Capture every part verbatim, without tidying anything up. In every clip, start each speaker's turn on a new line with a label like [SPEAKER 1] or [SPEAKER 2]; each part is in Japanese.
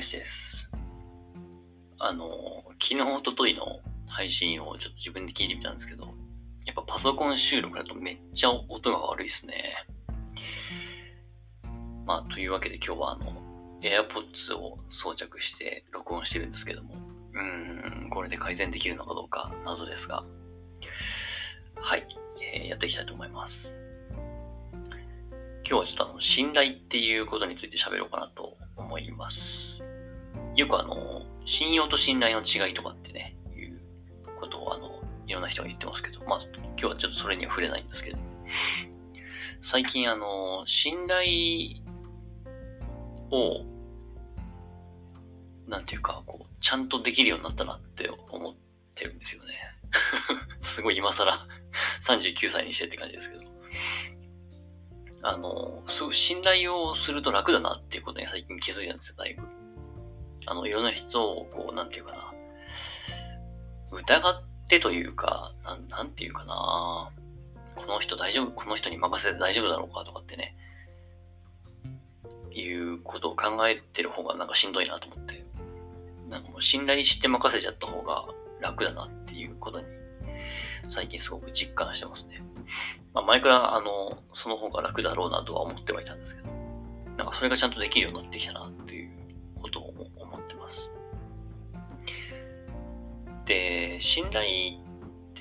[SPEAKER 1] 林です。あの、昨日、一昨日の配信をちょっと自分で聞いてみたんですけど、やっぱパソコン収録だとめっちゃ音が悪いですね。まあ、というわけで今日はあの、AirPods を装着して録音してるんですけども、うーん、これで改善できるのかどうか謎ですが、はい、えーやっていきたいと思います。今日はちょっとあの、信頼っていうことについて喋ろうかなと思います。よくあの、信用と信頼の違いとかってね、いうことをあの、いろんな人が言ってますけど、まあ、今日はちょっとそれには触れないんですけど、最近あの、信頼を、なんていうか、こう、ちゃんとできるようになったなって思ってるんですよね。すごい今更さんじゅうきゅうさいにしてって感じですけど、あの、すごく信頼をすると楽だなっていうことに最近気づいたんですよ、だいぶ。あの、いろんな人を、こう、なんていうかな、疑ってというか、なん、なんていうかな、この人大丈夫、この人に任せて大丈夫だろうかとかってね、いうことを考えてる方がなんかしんどいなと思って、なんかもう信頼して任せちゃった方が楽だなっていうことに、最近すごく実感してますね。まあ、前からあの、その方が楽だろうなとは思ってはいたんですけど、なんかそれがちゃんとできるようになってきたなっていうことを思ってます。で、信頼って、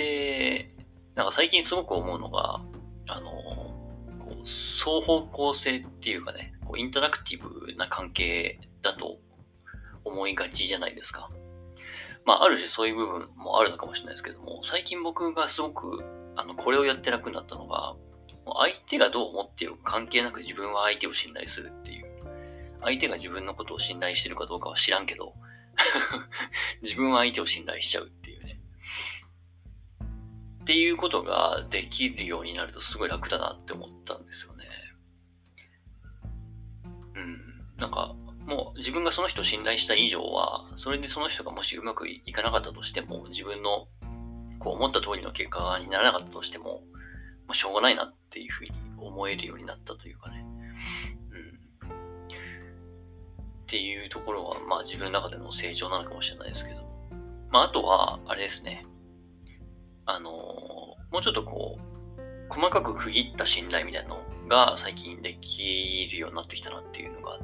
[SPEAKER 1] なんか最近すごく思うのが、あの、こう双方向性っていうかね、こうインタラクティブな関係だと思いがちじゃないですか。まあ、ある種そういう部分もあるのかもしれないですけども、最近僕がすごく、あの、これをやって楽になったのが、もう相手がどう思っているか関係なく自分は相手を信頼するっていう。相手が自分のことを信頼しているかどうかは知らんけど、自分は相手を信頼しちゃうっていうね。っていうことができるようになるとすごい楽だなって思ったんですよね。うん。なんか、もう自分がその人を信頼した以上は、それでその人がもしうまくいかなかったとしても、自分のこう思った通りの結果にならなかったとしても、もうしょうがないなっていうふうに思えるようになったというかね。うん。っていうところは、まあ自分の中での成長なのかもしれないですけど。まああとは、あれですね。あのーもうちょっとこう、細かく区切った信頼みたいなのが最近できるようになってきたなっていうのがあって、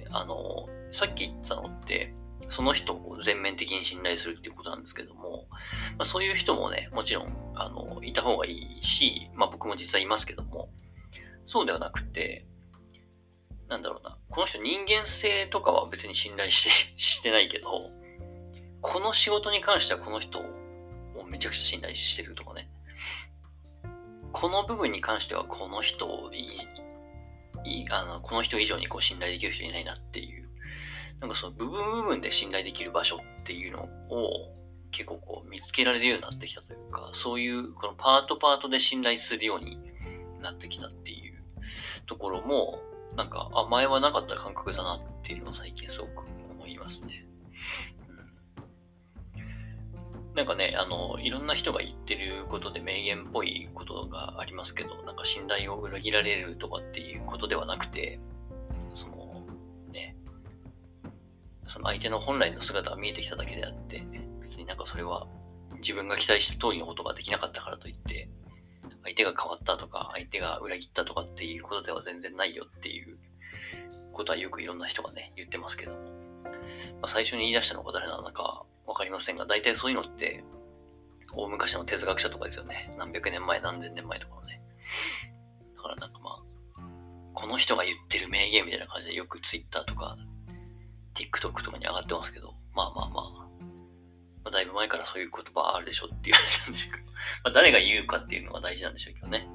[SPEAKER 1] あのーさっき言ってたのって、その人を全面的に信頼するっていうことなんですけども、まあ、そういう人もね、もちろん、あの、いた方がいいし、まあ僕も実際いますけども、そうではなくて、なんだろうな、この人人間性とかは別に信頼してしてないけど、この仕事に関してはこの人をめちゃくちゃ信頼してるとかね、この部分に関してはこの人をいい、いいあのこの人以上にこう信頼できる人いないなっていう、なんかその部分部分で信頼できる場所っていうのを結構こう見つけられるようになってきたというか、そういうこのパートパートで信頼するようになってきたっていうところも、なんか、あ、前はなかった感覚だなっていうのを最近すごく思いますね。うん、なんかね、あの、いろんな人が言ってることで名言っぽいことがありますけど、なんか信頼を裏切られるとかっていうことではなくて、その、ね、その相手の本来の姿が見えてきただけであって、別になんかそれは自分が期待した通りのことができなかったからといって、相手が変わったとか、相手が裏切ったとかっていうことでは全然ないよっていうことはよくいろんな人がね、言ってますけども、まあ、最初に言い出したのが誰なのかわかりませんが、大体そういうのって、大昔の哲学者とかですよね。何百年前、何千年前とかのね。だからなんかまあ、この人が言ってる名言みたいな感じでよく Twitter とか TikTok とかに上がってますけど、まあまあまあ、まあ、だいぶ前からそういう言葉あるでしょっていう話なんですけど、まあ、誰が言うかっていうのが大事なんでしょうけどね。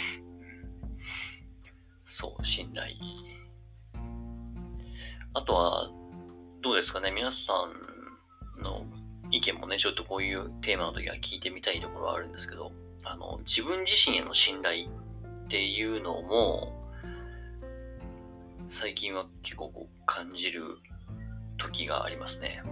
[SPEAKER 1] そう、信頼。あとは、どうですかね、皆さんの意見もね、ちょっとこういうテーマの時は聞いてみたいところはあるんですけど、あの、自分自身への信頼っていうのも、最近は結構こう感じる時がありますね。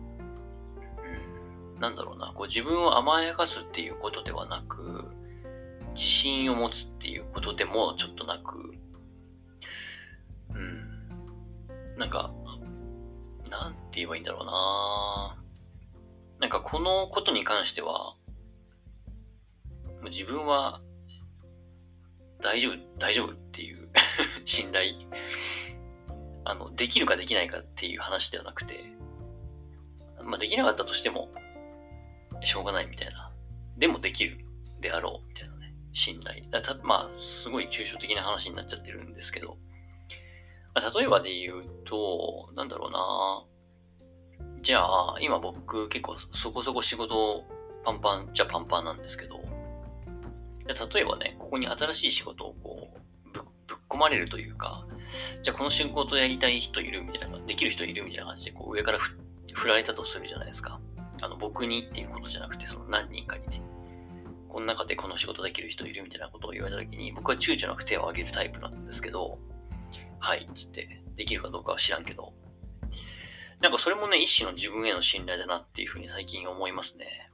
[SPEAKER 1] うん、なんだろうな、こう自分を甘やかすっていうことではなく、自信を持つっていうことでもちょっとなく、うん、なんか、 なんて言えばいいんだろうな。なんかこのことに関しては、もう自分は大丈夫、大丈夫っていう信頼、あの、できるかできないかっていう話ではなくて、まあできなかったとしても、しょうがないみたいな。でもできるであろうみたいなね、信頼。だたまあ、すごい抽象的な話になっちゃってるんですけど、まあ、例えばで言うと、なんだろうな。じゃあ、今僕結構そこそこ仕事パンパンじゃパンパンなんですけど、じゃあ例えばね、ここに新しい仕事をこうぶ、ぶっ込まれるというか、じゃあこの仕事やりたい人いるみたいな、できる人いるみたいな感じでこう上からふ振られたとするじゃないですか。あの僕にっていうことじゃなくて、その何人かにね、この中でこの仕事できる人いるみたいなことを言われたときに、僕は躊躇なく手を挙げるタイプなんですけど、はいっつって、できるかどうかは知らんけど、なんかそれもね、一種の自分への信頼だなっていうふうに最近思いますね。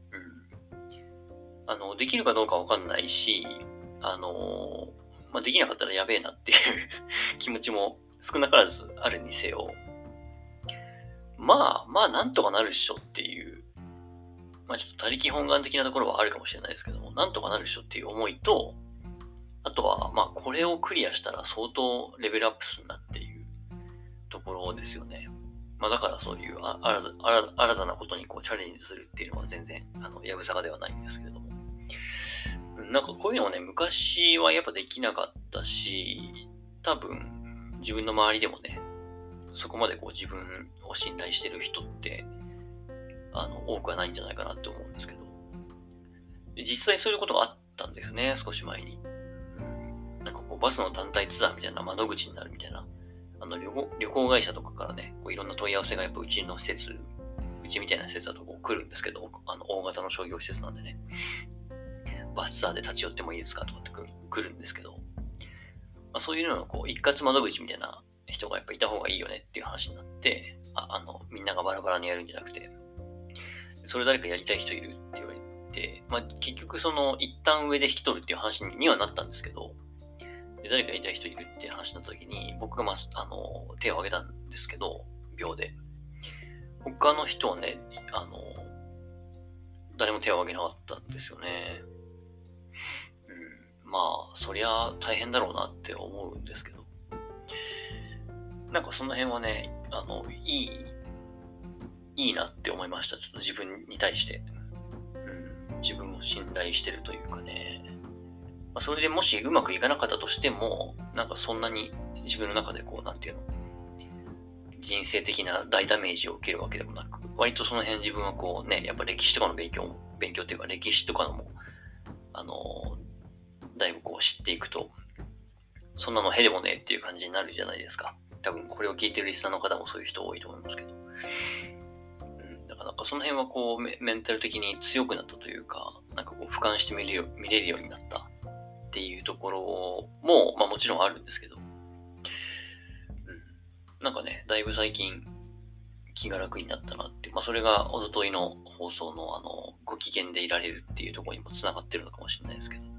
[SPEAKER 1] うん。あの、できるかどうかわかんないし、あの、まあ、できなかったらやべえなっていう気持ちも少なからずあるにせよ、まあ、まあ、なんとかなるっしょっていう、まあちょっと他力本願的なところはあるかもしれないですけども、なんとかなるっしょっていう思いと、あとは、まあ、これをクリアしたら相当レベルアップするなっていうところですよね。まあ、だからそういうあ新た新新たなことにこうチャレンジするっていうのは全然、あの、やぶさかではないんですけれども。うんなんかこういうのはね、昔はやっぱできなかったし、多分、自分の周りでもね、そこまでこう自分を信頼してる人って、あの、多くはないんじゃないかなって思うんですけど。で実際そういうことがあったんですね、少し前に。うんなんかこう、バスの団体ツアーみたいな窓口になるみたいな、あの旅行、旅行会社とかからね、こういろんな問い合わせがやっぱうちの施設、うちみたいな施設だとこう来るんですけど、あの大型の商業施設なんでね、バスツアーで立ち寄ってもいいですかとかって来る来るんですけど、まあ、そういうののこう一括窓口みたいな人がやっぱいた方がいいよねっていう話になって、ああのみんながバラバラにやるんじゃなくて、それ誰かやりたい人いるって言われて、まあ、結局その一旦上で引き取るっていう話にはなったんですけど、で誰かやりたい人いるっていう話になった時に、僕が、まあ、あの手を挙げたんですけど、秒で。他の人はね、あの、誰も手を挙げなかったんですよね。うん、まあ、そりゃ大変だろうなって思うんですけど。なんかその辺はね、あの、いい、いいなって思いました。ちょっと自分に対して。うん、自分を信頼してるというかね。まあ、それでもしうまくいかなかったとしても、なんかそんなに自分の中でこう、なんていうの、人生的な大ダメージを受けるわけでもなく、割とその辺自分はこうね、やっぱ歴史とかの勉強、勉強っていうか歴史とかのも、あの、だいぶこう知っていくと、そんなのへでもねえっていう感じになるじゃないですか。多分これを聞いてるリスナーの方もそういう人多いと思いますけど。うん、だからなんかその辺はこうメ、メンタル的に強くなったというか、なんかこう俯瞰して見れるよ見れるようになったっていうところも、まあもちろんあるんですけど、うん、なんかね、だいぶ最近気が楽になったなって、まあそれが一昨日の放送のあの、ご機嫌でいられるっていうところにも繋がってるのかもしれないですけど、うん、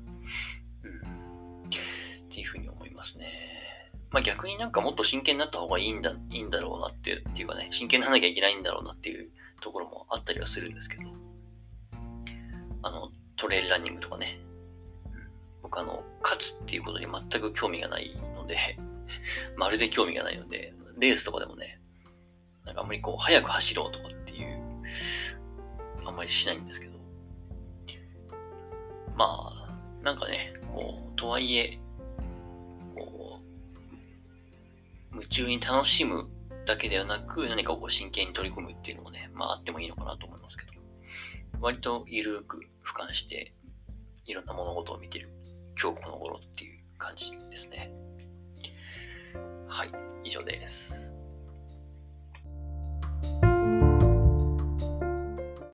[SPEAKER 1] っていうふうに思いますね。まあ逆になんかもっと真剣になった方がいいんだ、いいんだろうなって、っていうかね、真剣にならなきゃいけないんだろうなっていうところもあったりはするんですけど、あの、トレイルランニングとかね、僕あの、勝つっていうことに全く興味がないので、まるで興味がないので、レースとかでもね、なんかあんまりこう、早く走ろうとかっていう、あんまりしないんですけど、まあ、なんかね、こう、とはいえ、こう、夢中に楽しむだけではなく、何かこう真剣に取り組むっていうのもね、まああってもいいのかなと思いますけど、割とゆるく俯瞰して、いろんな物事を見てる今日この頃っていう感じですね。はい、以上です。